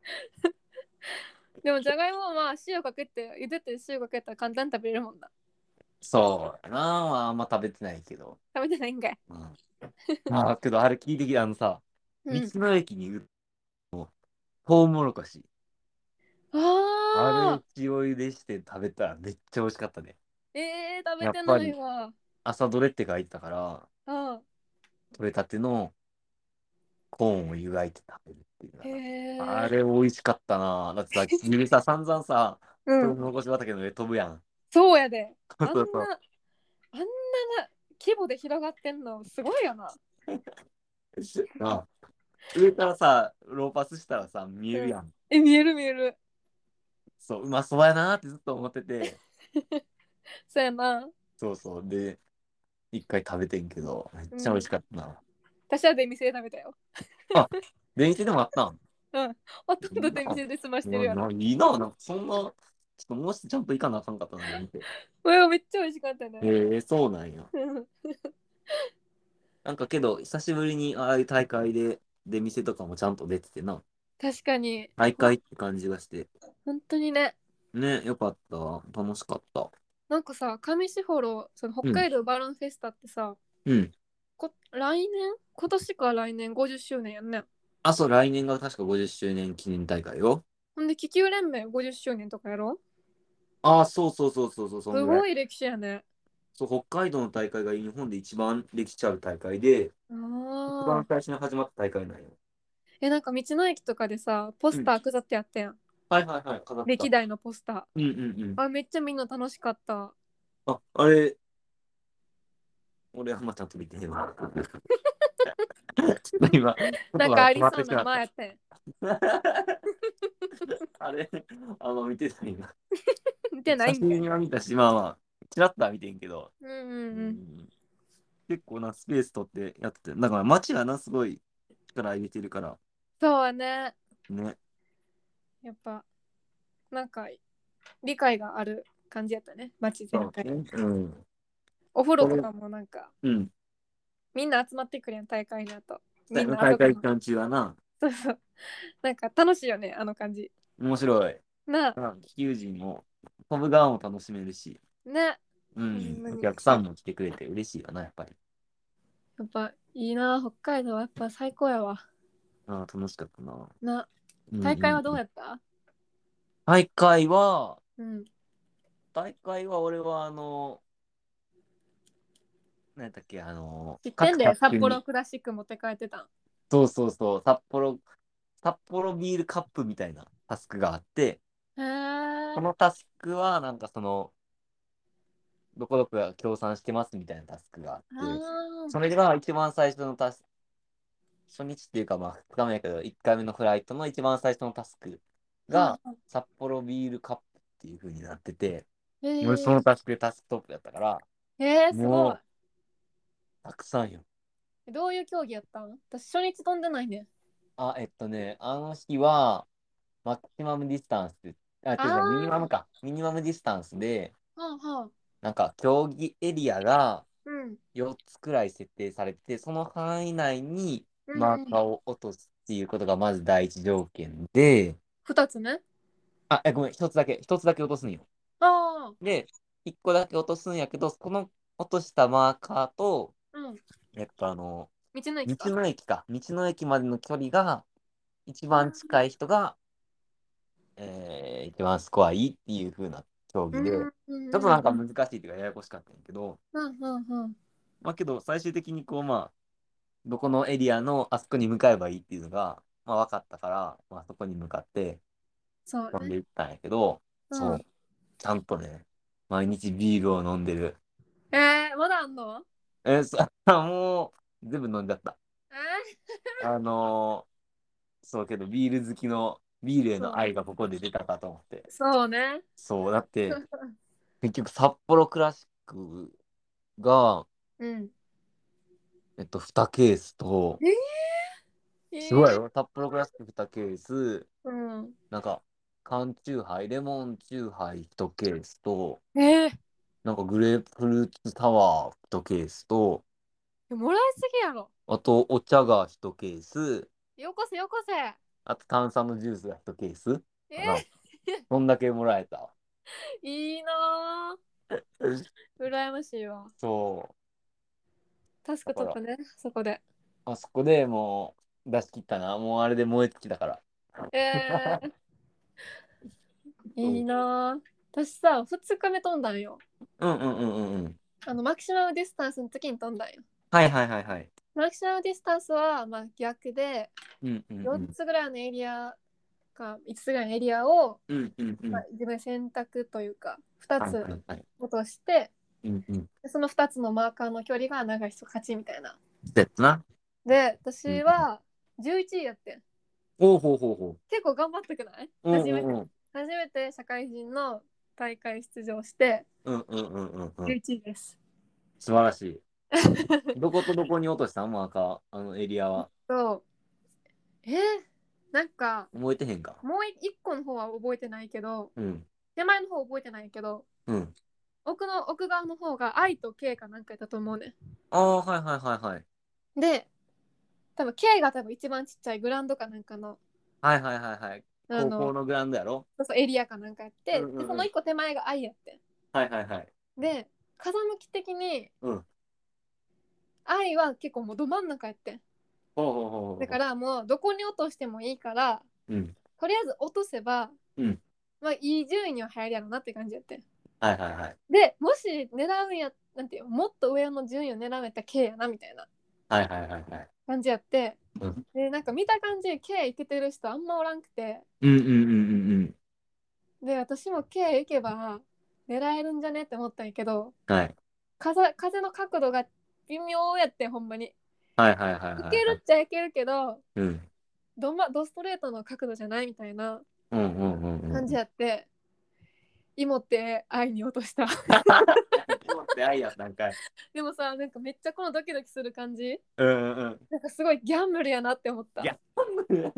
でも、じゃがいもはまあ塩かけて、茹でて塩かけたら簡単に食べれるもんな。 そうやな。まあ、あんま食べてないけど。 食べてないんかい。 うん。まあ、けどあれ聞いてきて、あのさ、道うん。 の駅に売るトウモロコシ。あれ、 ああ、 塩茹でして食べたらめっちゃ美味しかったね。 えー、食べてなやっぱり、 いわ。 朝どれって書いてたから、 あ取れたてのコーンを湯がいて食べるっていうのー、へが。あえ。 れ美味しかったな。だってさ、君さ、散々さ、 うん。 トウモロコシ畑の上飛ぶやん。 そうやで。 そうあんそうそう。 な、あんなな規模で広がってんの、すごいよな。 あ、上からさ、ローパスしたらさ、見えうん。 るやん。 え、見える見える。 そう、うまそうやなってずっと思ってて、 そうやな。 そうそう。で、一回食べてんけど、めっうん。 ちゃ美味しかったな。 私は出店で食べたよ。 あ、電池でもあったん？ うん。ほとんど出いいな。 店で済ましてるよな。 なないいな。なんかそんな、ちょっともうちょっと行かなあかんかったな、電池。 これめっちゃ美味しかったね。 へえ、そうなんや。 うん。 なんかけど、久しぶりにああいう大会で、で、店とかもちゃんと出ててな。 確かに。 大ほ会って感じがして。 本当にね。 ね、よかった。楽しかった。 なんかさ、上士幌、その北うん、 海道バルーンフェスタってさ、 うん。 こ来年今年か来年ごじゅっしゅうねんやんね。 あ、そう、来年が確かごじゅっしゅうねん記念大会よ。 ほんで気球連盟ごじゅっしゅうねんとかやろ。 あ、そうそうそうそうそう、そんぐらい。 すごい歴史やね。 そう、北海道の大会が日本で一番歴史ある大会で、一番ああ。 最初に始まった大会なんよ。 え、なんか道の駅とかでさ、ポうん。 スター飾ってやったやん。 はいはいはい、飾った。 歴代のポスター。 うんうんうん。 あ、めっちゃみんな楽しかった。 あ、あれ、俺はまちゃんと見てへんわ。ちょっと今、 なん外が集まっかありそうなてしまった。 間やったやん。 あれ、あの、見てないな。 見てない写んかい。 真は見たし、まあまあ、ちらっとは見てんけど、 うんううんうん。 ん、結構なスペース取ってやってて、だから街がな、すごい力入れてるから、 そうね。 ね。 やっぱ、なんか理解がある感じやったね。街全体。 そうね。うん。 お風呂これ、 とかもなんか、 うん。 みんな集まってくるやん、大会の後。みんなあ大そこの。 会期間中はな、 そうそう。なんか楽しいよね、あの感じ。 面白い。 なあ、 まあ気球人も、飛ぶ側も楽しめるし、 ね。 うん。 ほんまに。 お客さんも来てくれて嬉しいよな、やっぱり。 やっぱいいな、北海道はやっぱ最高やわ。 ああ、楽しかったな。 な、 うんう大会はんうん。 どうやった？ 大会は、 うん。 大会は俺はあの、何やったっけ、あの、 知ってん各タで、札スクに、 幌クラシック持って帰ってたん。 そうそうそう、札幌、札幌ビールカップみたいなタスクがあって、 へえ。 このタスクはなんかその、どこどこが協賛してますみたいなタスクがあっあて、 あ。 それが一番最初のタスク、初日っていうかまあふつかめやけど、いっかいめのフライトの一番最初のタスクが、 はあ、 札幌ビールカップっていう風になってて、俺そへえ。 のタスクでタスクトップやったから、 へえ、すごい。 もう、たくさんよ。 どういう競技やったん？私初日飛んでないね。 あ、えっとね、あの日は、 マキシマムディスタンスって、あ、違あう違う、ミニマあ、 ムか。ミニマムディスタンスで、 はあはあ。 なんか競技エリアがうん。 よっつくらい設定されてて、その範囲内にうんうん。 マーカーを落とすっていうことがまず第一条件で、 二つね。 あ、え、ごめん、一つだけ、一つだけ落とすんよ。 ああ、 で、一個だけ落とすんやけど、この落としたマーカーと、 うん。 えっと、あの、道道の駅か。 の駅か。道の駅までの距離が一あ番近い人が、えー一番スコアいいっていう風な競技で、 うんうんちょっとなんかうんうん。 難しいっていうかややこしかったんやけど、 うんうんうん。 まあけど最終的にこうまあ、どこのエリアのあそこに向かえばいいっていうのが、まあ分かったから、まあそこに向かってそうね。 飛んでいったんやけど、そう、 うん。 ちゃんとね、毎日ビールを飲んでる。 えー、まだあんの？ え、そもう全部飲んじゃった。 えあのーそうけどビール好きの、ビールへー、そう。 の愛がここで出たかと思って。 そうね。 そう、だって、結局札幌クラシックが、 うん。 えっと、にケースと、 えー、えー、 すごいよ。札幌クラシックにケース、 うん。 なんか、缶チューハイ、レモンチューハイいちケースと、 えなんかグレープフルーツサワーいちケースと、 ー、もらいすぎやろ。 あとお茶がいちケース、 よこせよこせ。 あと炭酸のジュースがいちケースかな。 えそんだけもらえた。 ー、いいなぁ。羨ましいわ。 そう。 タスだから、 クトップね、そこで。 あそこでもう出し切ったな。もうあれで燃え尽きたから。 えー、いいそう。 なぁ。私さ、ふつかめ飛んだんよ。 うんうんうんうんうん。 あの、マキシマムディスタンスの時に飛んだんよ。 はいはいはいはい。 マキシマムディスタンスは、まあ、逆で、 うんうんう 4 ん。 つぐらいのエリアか、いつつぐらいのエリアを、 うんうんうまあ、 ん。 自分で選択というか、2 はいつはいはい。 落として、 うんうん。 でそのふたつのマーカーの距離が長い人勝ちみたいな。 そうやつな。 で、 うん私はじゅういちいやってん。 おうほうほうほ結構頑張ったくない？ う。うん初めて、 うんうん。 初めて社会人の大会出場してうんうんうんうんうん。 じゅういちいです。 素晴らしい。どことどこに落としたんマーカー、あのエリアは。 そう。えー、なんか、 覚えてへんか。 もう一個の方は覚えてないけど、 うん。 手前の方覚えてないけど、 うん。 奥の奥側の方が愛と K かなんかやったと思うね。 ああ、はいはいはいはい。 で、多分 K が多分一番ちっちゃいグラウンドかなんかの、 はいはいはいはい。 あの、 高校のグラウンドやろ。 そうそうエリアかなんかやって、で、そのうんうんうん。 一個手前が愛やって。 はいはいはい。 で、風向き的にうん。 愛は結構もうど真ん中やってん。 ほうほうほうほうほう。 だからもうどこに落としてもいいから、 うん。 とりあえず落とせば、 うん。 まあいい順位には入るやろなって感じやってん。 はいはいはい。 で、もし狙うんや、なんていうもっと上の順位を狙うんやったら K やなみたいなはいはいはいはい。 感じやって、 うん。 で、なんか見た感じ K いけてる人あんまおらんくて、 うんうんうんうんうん。 で、私も K 行けば狙えるんじゃねって思ったんやけど、 はい。 風風の角度が微妙やってほんまに。 はいはいはいいけはいはい。 るっちゃいけるけど、 うん。 ドま、ドストレートの角度じゃないみたいなうんうんうんうん感じうん。 やって、芋って愛に落とした。 今って愛やったんかい。 でもさ、なんかめっちゃこのドキドキする感じ、 うんうんうん。 なんかすごいギャンブルやなって思った。 ギャンブル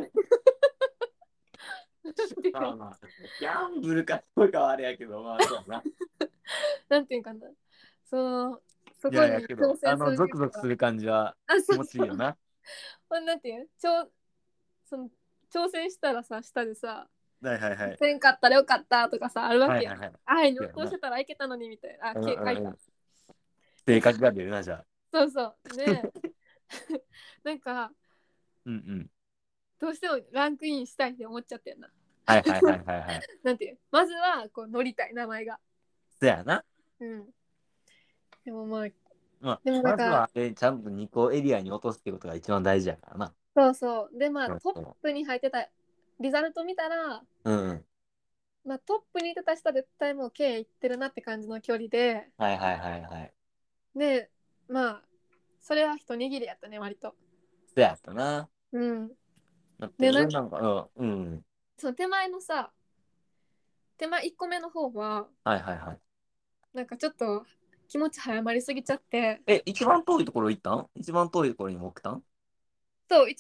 まあまあ、ギャンブルかどうかはあれやけど、まあそうやな。 なんていうかな、その、そいやこにいやけど、あの、 挑戦するゾクゾクする感じはあ、 気そうそう。 持ちいいよな。 ほんなんていう挑その挑戦したらさ、下でさ、 はいはいはい。 せんかったらよかったとかさ、あるわけやん。 はいはいはい。 愛にそうやな。 落としてたらいけたのにみたいな。あ、 うんけ書いた。 うんうん。性格が出るな、じゃあ。 そうそう。で、なんか、 うんうん。 どうしてもランクインしたいって思っちゃってんな。 はいはいはいはいはい。 なんていうまずはこう乗りたい名前が。 そやな。 うん。でもまあ、 まあ、 でもなんか、 まずは、えちゃんとにこエリアに落とすってことが一番大事やからな。 そうそう。で、まあ、トッそうそプに入ってた、リザルト見たら、 う。うんうん。 まあ、トップにいてた人は絶対もう K いってるなって感じの距離で、 はいはいはいはい。 で、まあ、それは一握りやったね、割と。 そやったな。 うん。 だってで、なんか、 俺なんか、うん、うん。 その手前のさ、手前いっこめの方は、 はいはいはい。 なんかちょっと気持ち早まりすぎちゃって、 え、一番遠いところ行ったん一番遠いところにも送ったんそう、一番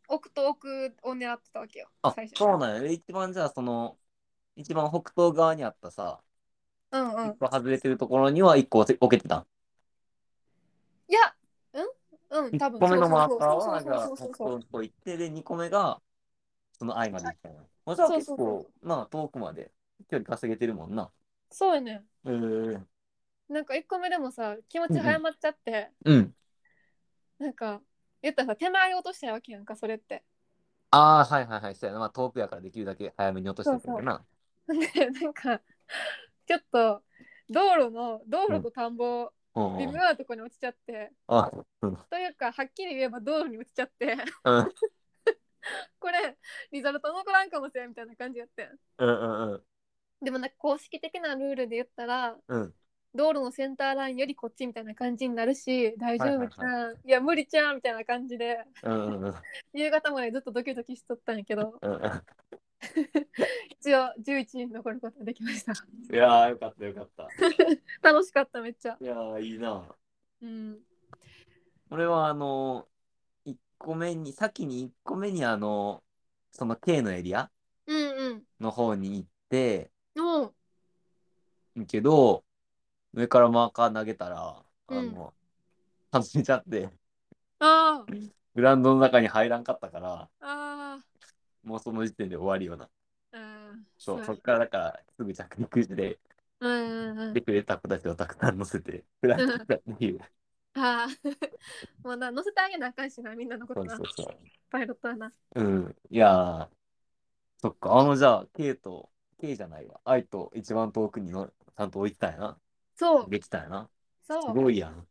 奥と奥を狙ってたわけよ、 あ、 最初。 そうなんや。で一番じゃあその、一番北東側にあったさ、 うんうん。 一個外れてるところには一個置けてた。 いや、うんうん、 一多分個目のマーそうそうそう。そうそうカーは、じそうゃあそうそうそう。 北東にこう行って、で、二個目がその愛まで行ったの。もうじゃあそう結構、 そうそうそう。 まあ遠くまで距離稼げてるもんな。 そうやね。 えー、 なんかいっこめでもさ、気持ちうんうん。 早まっちゃって、 うん。 なんか、言ったらさ、手前落としたいわけやんか、それって。 ああ、はいはいはい。そうやな。まあ遠くやからできるだけ早めに落としてそうそくれるな。 う。で、なんか、ちょっと、道路の、道うん。 路と田んぼ、微うんうん。 妙なとこに落ちちゃって、 あ、うん。 というか、はっきり言えば道路に落ちちゃって、 うん。 これ、リザルト残らんかもしれんみたいな感じやってん。 うんうんうん。 でもなんか公式的なルールで言ったら、 うん。 道路のセンターラインよりこっちみたいな感じになるし、大丈夫じはいはいはい。 ゃん。いや、無理じゃんみたいな感じで、 うんうんうん。 夕方までずっとドキドキしとったんやけど、 うんうん。 一応じゅういちに残ることができました。 いやー、よかったよかった。 楽しかった、めっちゃ。 いやー、いいな。 うん。 俺は、あのー、いっこめに、先にいっこめに、あのー、その K のエリアうんの方に行って、 うん。おう。 けど、上からマーカー投げたら、 うん。 あの、外れちゃって、 あグラウンドの中に入らんかったから、 あ。あもうその時点で終わりよな。 あ。ああ。 そう、 そうや。 そっからだからすぐ着陸してうんうんうん。 来てくれた子たちをたくさん乗せて、フライトしたっていう。 ああ。もうな、乗せてあげなあかんしな、みんなのこそとな。 うそうそう。 パイロットはな。 うん。いやー、そっか。あの、じゃあ、K と、K じゃないわ。愛と一番遠くにのちゃんと置いてたんやな。 そう。 できたんやな。すそう。 ごいやん。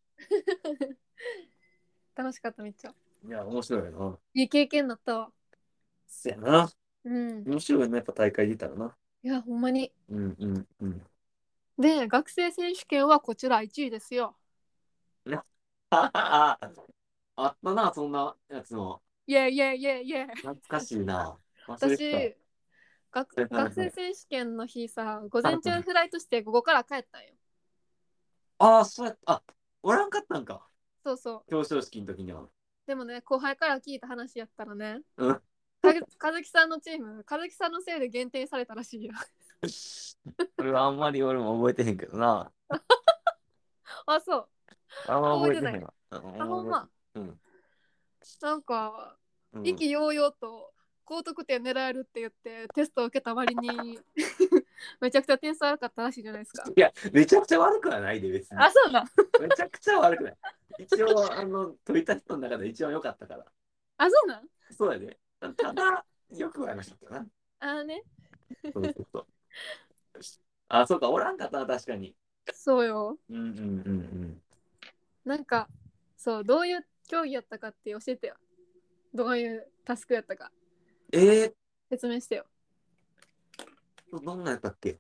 楽しかった、めっちゃ。 いや、面白いな。 いい経験になったわ。 そやな。 うん。 面白いね、やっぱ大会出たらな。 いや、ほんまに。 うんうんうん。 で、学生選手権はこちらいちいですよ。 ねあったな、そんなやつも。 イェイイェイイェイイェイ。 懐かしいな。忘れてた。 私、学、 はいはい学生はい。 選手権の日さ、午前中フライトして午後から帰ったんよ。 ああ、そうやった。あ、おらんかったんか。 そうそう。 表彰式の時には。 でもね、後輩から聞いた話やったらね、 うん。 かかずきさんのチーム、かずきさんのせいで減点されたらしいよ。 これはあんまり俺も覚えてへんけどな。 あ、そう。 あんま覚えてない。 覚えてへんわ。うん、 あ、ほんま。 うん。 なんか、 うん。 意気揚々と高得点狙えるって言ってテストを受けた割にめちゃくちゃ点数悪かったらしいじゃないですか。 いや、めちゃくちゃ悪くはないで、別に。 あ、そうなん。 めちゃくちゃ悪くない。一応、あの、取りた人の中で一番良かったから。 あ、そうなん。 そうやで。ただ、よくはなかったな。 あね。 そうそうそう。あ、そうか、おらんかったな、確かに。 そうよ。 うんうんうんなんか、そう、どういう競技やったかって教えてよ。どういうタスクやったか。 うん。え説明してよ。 ー、どんなんやったっけ？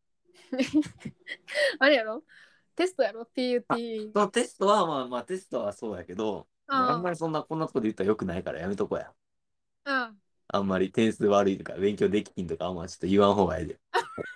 あれやろ、テストやろ？ あ、 ピーユーティー。 そのテストは、まあまあ、テストはそうやけど、あんあまりそんな、こんなこと言ったらよくないからやめとこうや。 あ、ああんまり点数悪いとか、勉強できひんとか、あんまちょっと言わん方がいいで。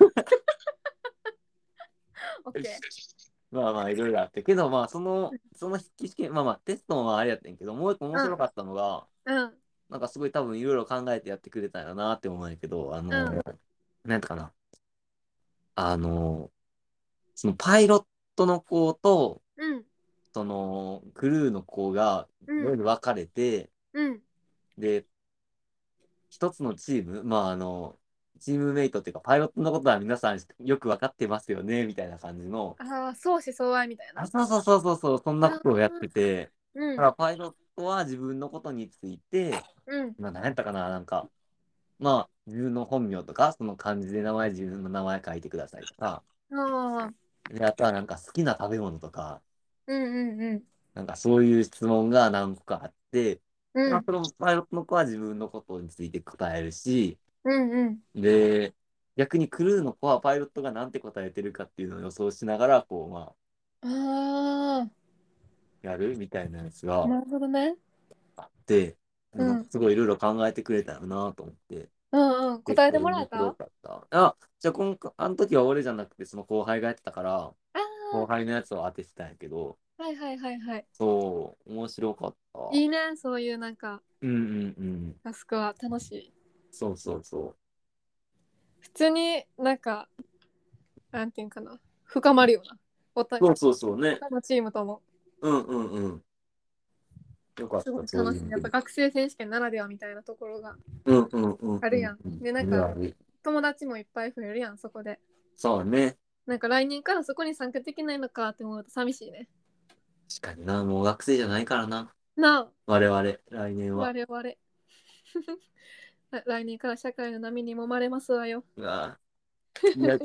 あ、オッケまあまあ、いろいろあって。けど、まあ、その、その筆記試験、まあまあ、テストもまああれやったんやけど、もう一個面ー。うん、 白かったのが、 うん、 なんかすごい多分いろいろ考えてやってくれたんやなって思うんやけど、あの、 うん、 なんやったかな。あの、そのパイロットの子と、 うん、 その、クルーの子が、 うん、 いろいろ分かれて、 うん。 で、一つのチーム、まあ、あの、チームメイトっていうか、パイロットのことは皆さんよく分かってますよね、みたいな感じの、 ああ、相思相愛みたいあ、 な。 そうそうそうそうそう、そんなあことをやってて、 うん、 だからパイロットは自分のことについて、 うん。 まあ、何やったかな、なんか、まあ、自分の本名とか、その漢字で名前、自分の名前書いてくださいとか、 ああ、 で、あとはなんか好きな食べ物とか、 うんうんうん。 なんかそういう質問が何個かあって、まあ、 うん、 そのパイロットの子は自分のことについて答えるし、 うんうん。 で、逆にクルーの子はパイロットが何て答えてるかっていうのを予想しながら、こう、まああ、やるみたいなやつあ、 がなるほどね。 あって、 うん、 なんかすごいいろいろ考えてくれたよなと思って、 うんうん。答えて結構もらえた？あ面白かった。あ、じゃあ今回、あの時は俺じゃなくてその後輩がやってたから、 あ後輩のやつを当ててたんやけど、 はいはいはいはい。 そう、面白かった。 いいね、そういうなんか、 うんうんうん。 タスクは楽しい。 そうそうそ普通になんか、なんていうんかな、深まるよな。おたう。そうそうそうね。 他のチームとも。 うんうんうん。よかっすごた、 い楽しい。やっぱそういうので。 学生選手権ならではみたいなところがうんうんうんうんあるやん。 うん。 で、なんか、 あるある。 友達もいっぱい増えるやん、そこで。 そうね。 なんか来年からそこに参加できないのかって思うと寂しいね。 確かにな、もう学生じゃないからな。 なあ、 我々、来年は。 我々。来年から社会の波に揉まれますわよ。 うわいや、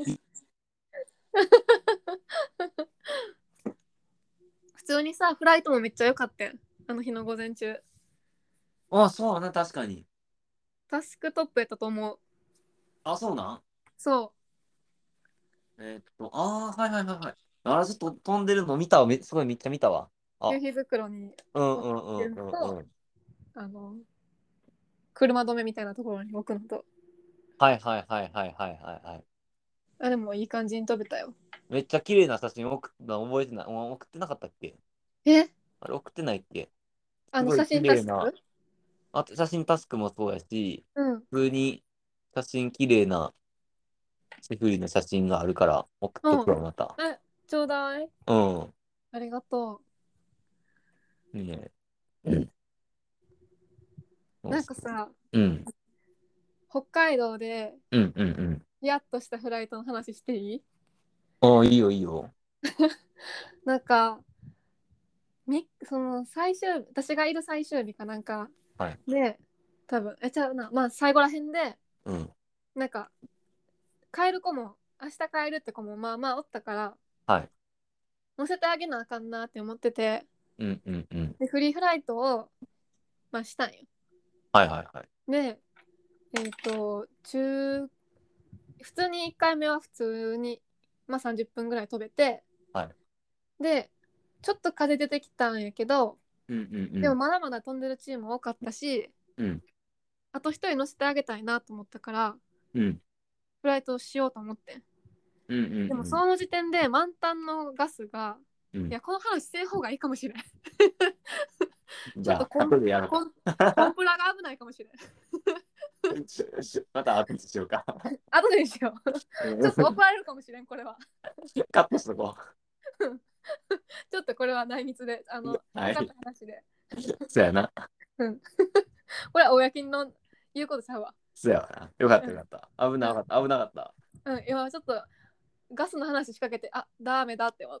普通にさ、フライトもめっちゃ良かったん。あの日の午前中。 あ、そうな、確かに。 タスクトップやったと思う。 あ、そうなんそえーっと、あー、はいはいはいはい。あ、ちょっと飛んでるの見たわ。め、すごいめっちゃ見たわ。 う。 あ、 夕日袋にうんう置んうんくのと、 うんうん。 あの、車止めみたいなところに置くのと。 はいはいはいはいはいはいはい。 あれもいい感じに飛べたよ。 めっちゃ綺麗な写真送ったの覚えてない。お送ってなかったっけ？ えあれ送ってないっけ？ あのすごい綺写真タスク。 麗な、あと写真タスクもそうやし、 うん。 普通に写真綺麗なシェフリの写真があるから送っとうん。 くわ、また。 え、ちょうだい。 うん。 ありがといいね。うん。 う。 そうそなんかさ、 う。うん。 北海道でうんうんうん。 やっとしたフライトの話していい？ ああ、いいよいいよ。 なんか、みその最終日、私がいる最終日かなんかはい。 で、多分、え、ちゃうな、まあ最後らへんで、 うん。 なんか、帰る子も、明日帰るって子もまあまあおったから、 はい。 乗せてあげなあかんなって思ってて、 うんうんうん。 で、フリーフライトを、まあしたんよ。 はいはいはい。 で、えっ、と、中、普通にいっかいめは普通に、まあさんじゅっぷんぐらい飛べて、 はい。 で、ちょっと風出てきたんやけど、 うんうんうん。 でもまだまだ飛んでるチーム多かったし、 うん。 あと一人乗せてあげたいなと思ったから、 うん。 フライトをしようと思ってん。 うんうんでもうん。 その時点で満タンのガスが、 うん。 いや、この話せん方がいいかもしれん。ちじゃあ、 ょっとコン後でやろうか。 コンコンプラが危ないかもしれん。 ししまた後にしようか。 後でにしよう。ちょっとうん怒られるかもしれん、これは。 カットしとこちょっとこれは内密で、あう。 の、 はい。 分かった話で。 そうやな。 うん。これは公の言うことちゃうわ。 そうやわな。よかっうん。 たよかった。危なかった。危なかった。 うん。いや、ちょっとガスの話しかけて、あ、ダメだって思った。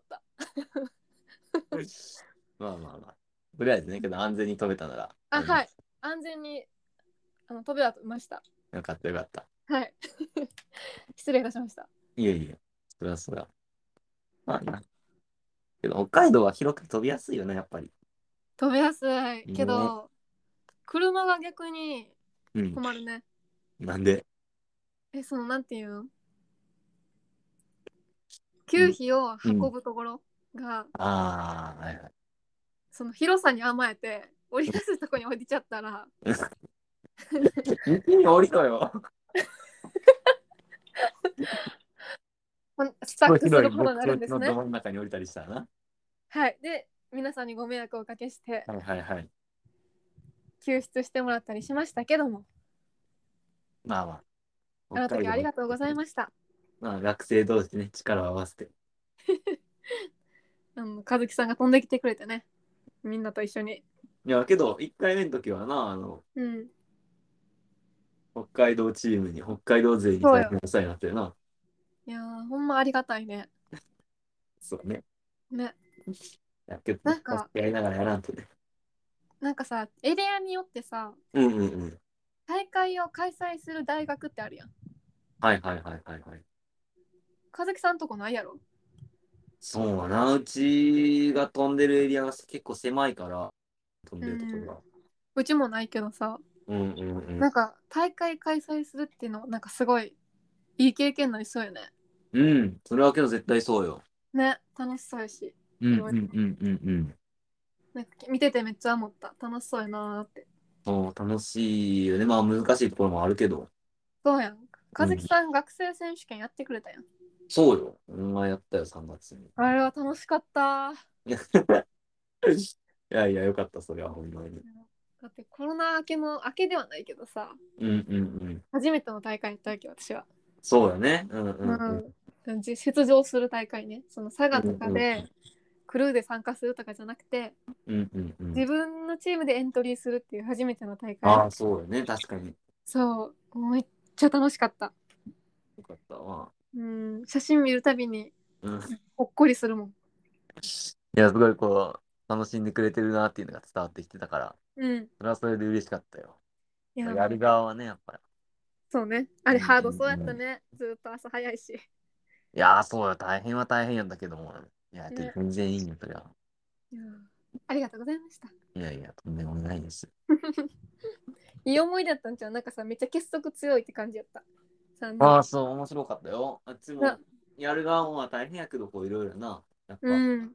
まあまあまあ。とりあえずね、けど安全に飛べたなら、 あ、 何よはい。安全にあの飛べはとました。 かったよかった。 はい。失礼いたしました。 いえいえ。そりゃそりゃ。まあな。けど北海道は広く飛びやすいよね、やっぱり。 飛びやすいけね。 ど、車が逆にうん。 困るね。 なんで？ え、その、なんていうの、 うん。 給費をうん。 運ぶところが、 ああ、はいはい。 その広さに甘えて、降り出すとこに降りちゃったら、 道に降りろよ。 スタックす広いることになる牧草地のどんですね。 真ん中に降りたりしたらな。 はい。で、皆さんにご迷惑をおかけして、 はいはいはい。 救出してもらったりしましたけども、 まあまあ、 あの北海道も、 時ありがとうございました。 まあ学生同士でね、力を合わせて。 あの和樹さんが飛んできてくれてね、みんなと一緒に。 いや、けど、いっかいめの時はな、あの、 うん。 北海道チームに、北海道勢にそうよ。 大変お世話になってるな。 いやー、ほんまありがたいね。 そうね。 ね。 やけど、 なんか、 助け合いながらやらんとね。 なんかさ、エリアによってさ、 うんうんうん。 大会を開催する大学ってあるやん。 はいはいはいはいはい。 和樹さんとこないやろ？ そうやな、うちが飛んでるエリアが結構狭いから、飛んでるところうん。 が。 うちもないけどさ、 うんうんうん。 なんか大会開催するっていうの、なんかすごいいい経験になりそうよね。 うん、それはけど絶対そうよ。 ね、楽しそうやし、 うんうんいろいろ。 うんうんうん。 なんか見ててめっちゃ思った。楽しそうやなーって。 そう、楽しいよね。まあ難しいところもあるけど。 そうやん。和樹うん。 さん学生選手権やってくれたやん。 そうよ。お前やったよ、さんがつに。 あれは楽しかった。 いやいや、よかった、それはほんまに。 だってコロナ明けの明けではないけどさ、 うんうんうん。 初めての大会やったわけよ私は。 そうだね。うんうんうん。 うん、出場する大会ね。その佐賀とかうんうんでクルーで参加するとかじゃなくて、 うんうんうん。 自分のチームでエントリーするっていう初めての大会。 ああ、そうだね。確かに。 そう、めっちゃ楽しかった。 よかったわ。 うん、写真見るたびにうん。いほっこりするもん。 や、すごいこう、楽しんでくれてるなっていうのが伝わってきてたから、 うん。 それはそれで嬉しかったよ。 いや、 やる側はね、やっぱり。 そうね。あれうんハードそうやうんうん。 ったね。ずっと朝早いし。 いやー、そうよ。大変は大変やんだけども。いや、 ね。 全然いいよ、それは。 いや、ありがとうございました。 いやいや、とんでもないです。 いい思いだったんちゃう？なんかさ、めっちゃ結束強いって感じやった。さんにん。 ああ、そう、面白かったよ。あっちな、 も、やる側は大変やけど、こう、いろいろな、やっうぱ、 ん。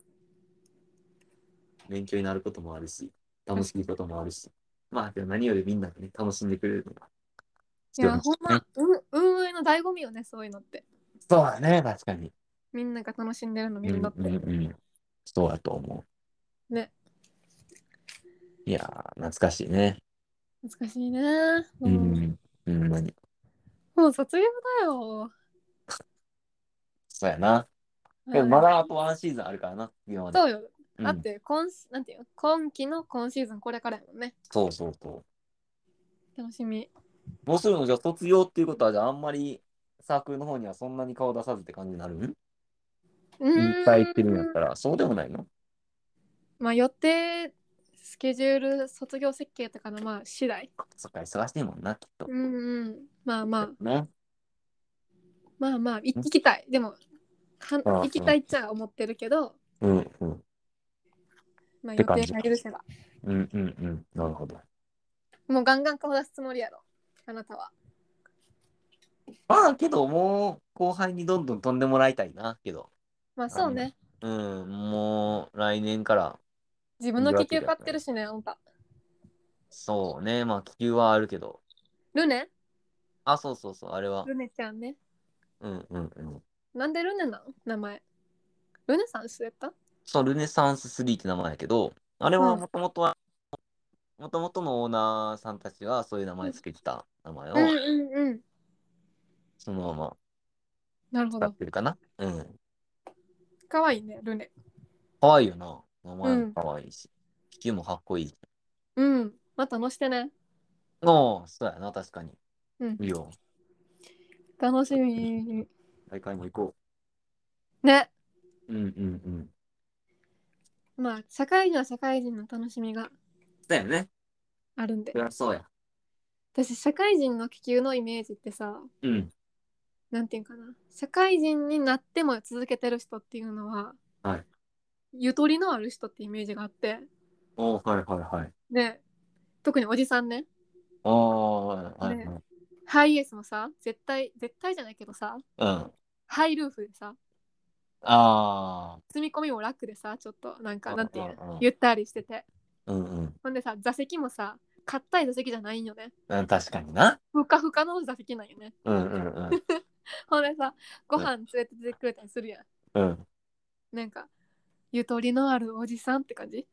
勉強になることもあるし、楽し確かに。 いこともあるし。まあ、でも何よりみんながね、楽しんでくれるのが必要いや、 ですね。 ほんま、うん運営の醍醐味よね、そういうのって。 そうだね、確かに。 みんなが楽しんでるの見うんうるのって。 んうん。そうだと思ね。 う。いやー、懐かしいね。 難しいね。もう、 うん、うん、何。 もう卒業だよ。 そうやな。けど、 はい。 まだあとワンシーズンあるからな、今まで。 そうよ。 うん。 だって、今、なんていうの、今期の今シーズンこれからやもんね。 そうそうそう。 楽しみ。 どうするのじゃあ、卒業っていうことは、じゃあ、あんまりサークルの方にはそんなに顔出さずって感じになるん？ う引退ってるんやっーん。 たら、そうでもないの？ まあ予定、スケジュール、卒業設計とかのまあ次第。 そっか、忙しいもんな、きっと。 うんうん。まあまあ、 ね。 まあまあ、い行きたい。でも、はああ、 行きたいっちゃ思ってるけど、 うん、うん。っまあ予定て感じ。 が許せば。 うん、うん、うん。なるほど。 もうガンガン顔出すつもりやろ。あなたは。 まあ、けど、もう、後輩にどんどん飛んでもらいたいな、けど。 まああの、 そうね。 うん、もう、来年からいるわ自分の気球けじゃない。 買ってるしね、あんた。 そうね、まあ、気球はあるけど。 ルネあ、そうそうそう、あれは。 ルネちゃんね。 うん、うん、うん。 なんでルネなの名前。ルネさんスやったそう、ルネサンススリーって名前やけど、あれはうん。 もともとは、もともとのオーナーさんたちがそういう名うん前つけてた名前うんを、 うん。 そのまま使っなるほど。 てるかな。うん。 かわいいね、ルネ。 かわいいよな。名前もうん。 かわいいし。気球もかっこいい。 うん。また乗してね。 おー、そうやな、確かに。 うん。 いいよ。 楽しみ。 大会も行こね。 う。うんうんうん。 まあ、社会人は社会人の楽しみがそうやね。 あるんで。 そりゃそうや。 私、社会人の気球のイメージってさ、 うん。 なんていうかな。社会人になっても続けてる人っていうのは、 はい。 ゆとりのある人ってイメージがあって、 おー、はいはいはい。 で、特におじさんね。 おー、はいで、 はい。 ハイエースもさ、絶対、絶対じゃないけどさ、 うん。 ハイルーフでさ、 あ積み込みも楽でさ、ちょっとなんか、 ー。 なんていう、 うんゆったりしてて。 うんうん。 ほんでさ、座席もさ、硬い座席じゃないんよね。 うん。確かにな。 ふかふかの座席なんよね。 うんうんうん。 ほんでさ、ごうん。 飯連れてってくれたりするやん。 うん。 なんか、ゆとりのあるおじさんって感じ。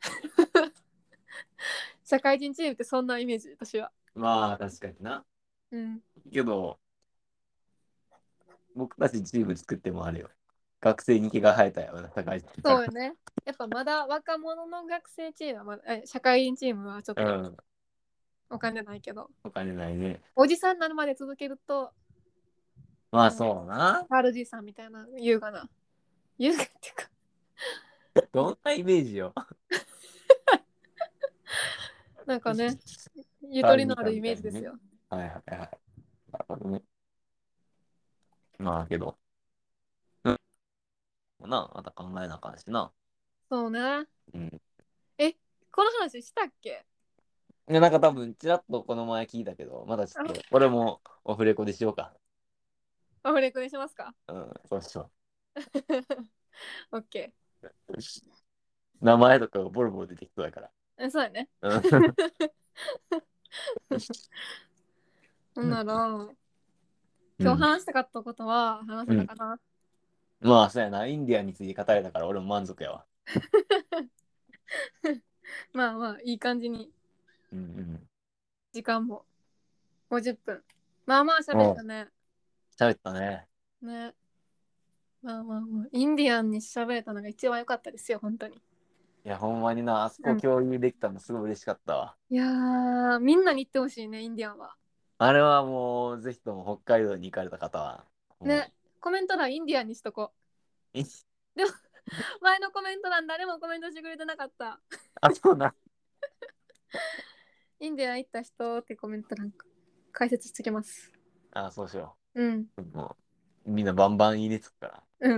社会人チームってそんなイメージ、私は。 まあ、確かにな。 うん。 けど、僕たちチーム作ってもあれよ。学生に毛が生えたような、高いから。 そうよね。やっぱまだ若者の学生チームはまだ、え社会人チームはちょっとうん。 お金ないけど、 お金ないね。 おじさんになるまで続けると、 まあ、 うん、 そうな。 パールじいさんみたいな優雅な、優雅っていうか、 どんなイメージよ。 なんかね、ゆとパールじいさんりのあるイみたいにね。 メージですよ。 はいはいはい。なるほどね。まあ、けど。うん。な、また考えなあかんしな。 そうね。 うん。 え、この話したっけ？ で、なんか多分、ちらっとこの前聞いたけど、まだちょっと、これもオフレコでしようか。 あ、フレコにしますか？ うん、そうしよオッケう。名前とかがボロボロ出てきそうだから。 ー。え、そうやね。 うん。 ほんなら、今日うん。 話したかったことは話うん。 せたかな？ まあ、そうやな。インディアンについて語れたから俺も満足やわ。 まあまあいい感じにうんうん。 時間もごじゅっぷん。まあまあ喋っもう、 たね。 喋ったね。 ね。まあまあまあ、インディアンに喋れたのが一番良かったですよ、本当に。 いや、ほんまにな、あそこうん。 共有できたのすごい嬉しかったわ。 いやー、みんなに行ってほしいね、インディアンは。 あれはもう、ぜひとも北海道に行かれた方は、もね、コメント欄インディアンにしとこう、いう。でも、前のコメント欄誰もコメントしてくれてなかった。 あ、そうな。 インディアン行った人ってコメント欄解説してきます。 あ、そうしようん。 う。もう、みんなバンバンいいねつくから。 うん。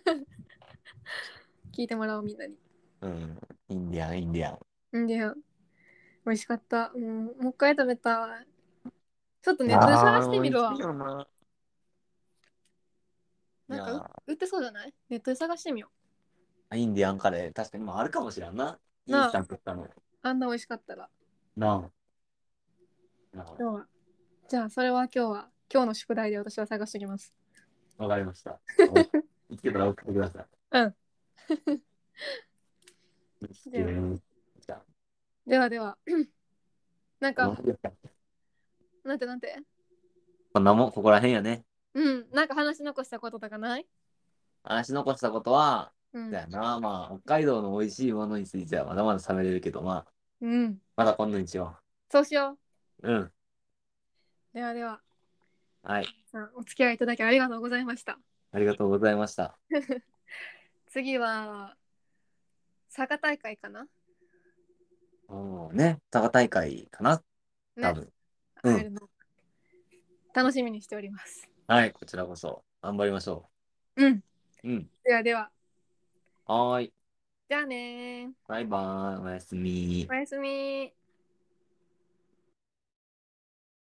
聞いてもらおう、みんなに。 うん。インディアン、インディアン。 インディアン、美味しかった。うん、もう一回食べたい。ちょっといやネットで探しー、美味しいてみるわ。 よな。いなんかうや売ってそうじゃない？ネットで探してみよー、インディアンカレー、確かにもうあるかもしれんな。 う。 インスタなントったの。 あ、あんな美味しかったら。 なあ。なるほど。 今日は。じゃあ、それは今日は、今日の宿題で私は探してきます。 わかりました。お見つけたら送ってくださうん。 い。見つけでは、 る。じゃあ、 ではでは、なんか、 この辺かなんてなんて。 こんなもん、ここら辺やね。 うん、なんか話し残したこととかない？ 話し残したことは、 うん。 だよな。まあ、北海道の美味しいものについてはまだまだ喋れるけど、まあ、 うん。 まだ今度にしよそうしよう。うん。 う。ではでは、 はい。 さあお付き合いいただきありがとうございました。 ありがとうございました。 次は、佐賀大会かな？ おーね。佐賀大会かな多ね。 分。うん。 会えるの。楽しみにしております。 はい。こちらこそ。頑張りましょうん。 う。うん。 ではでは、 はーい。 じゃあねー。 バイバーイ。おやすみ。 おやすみ。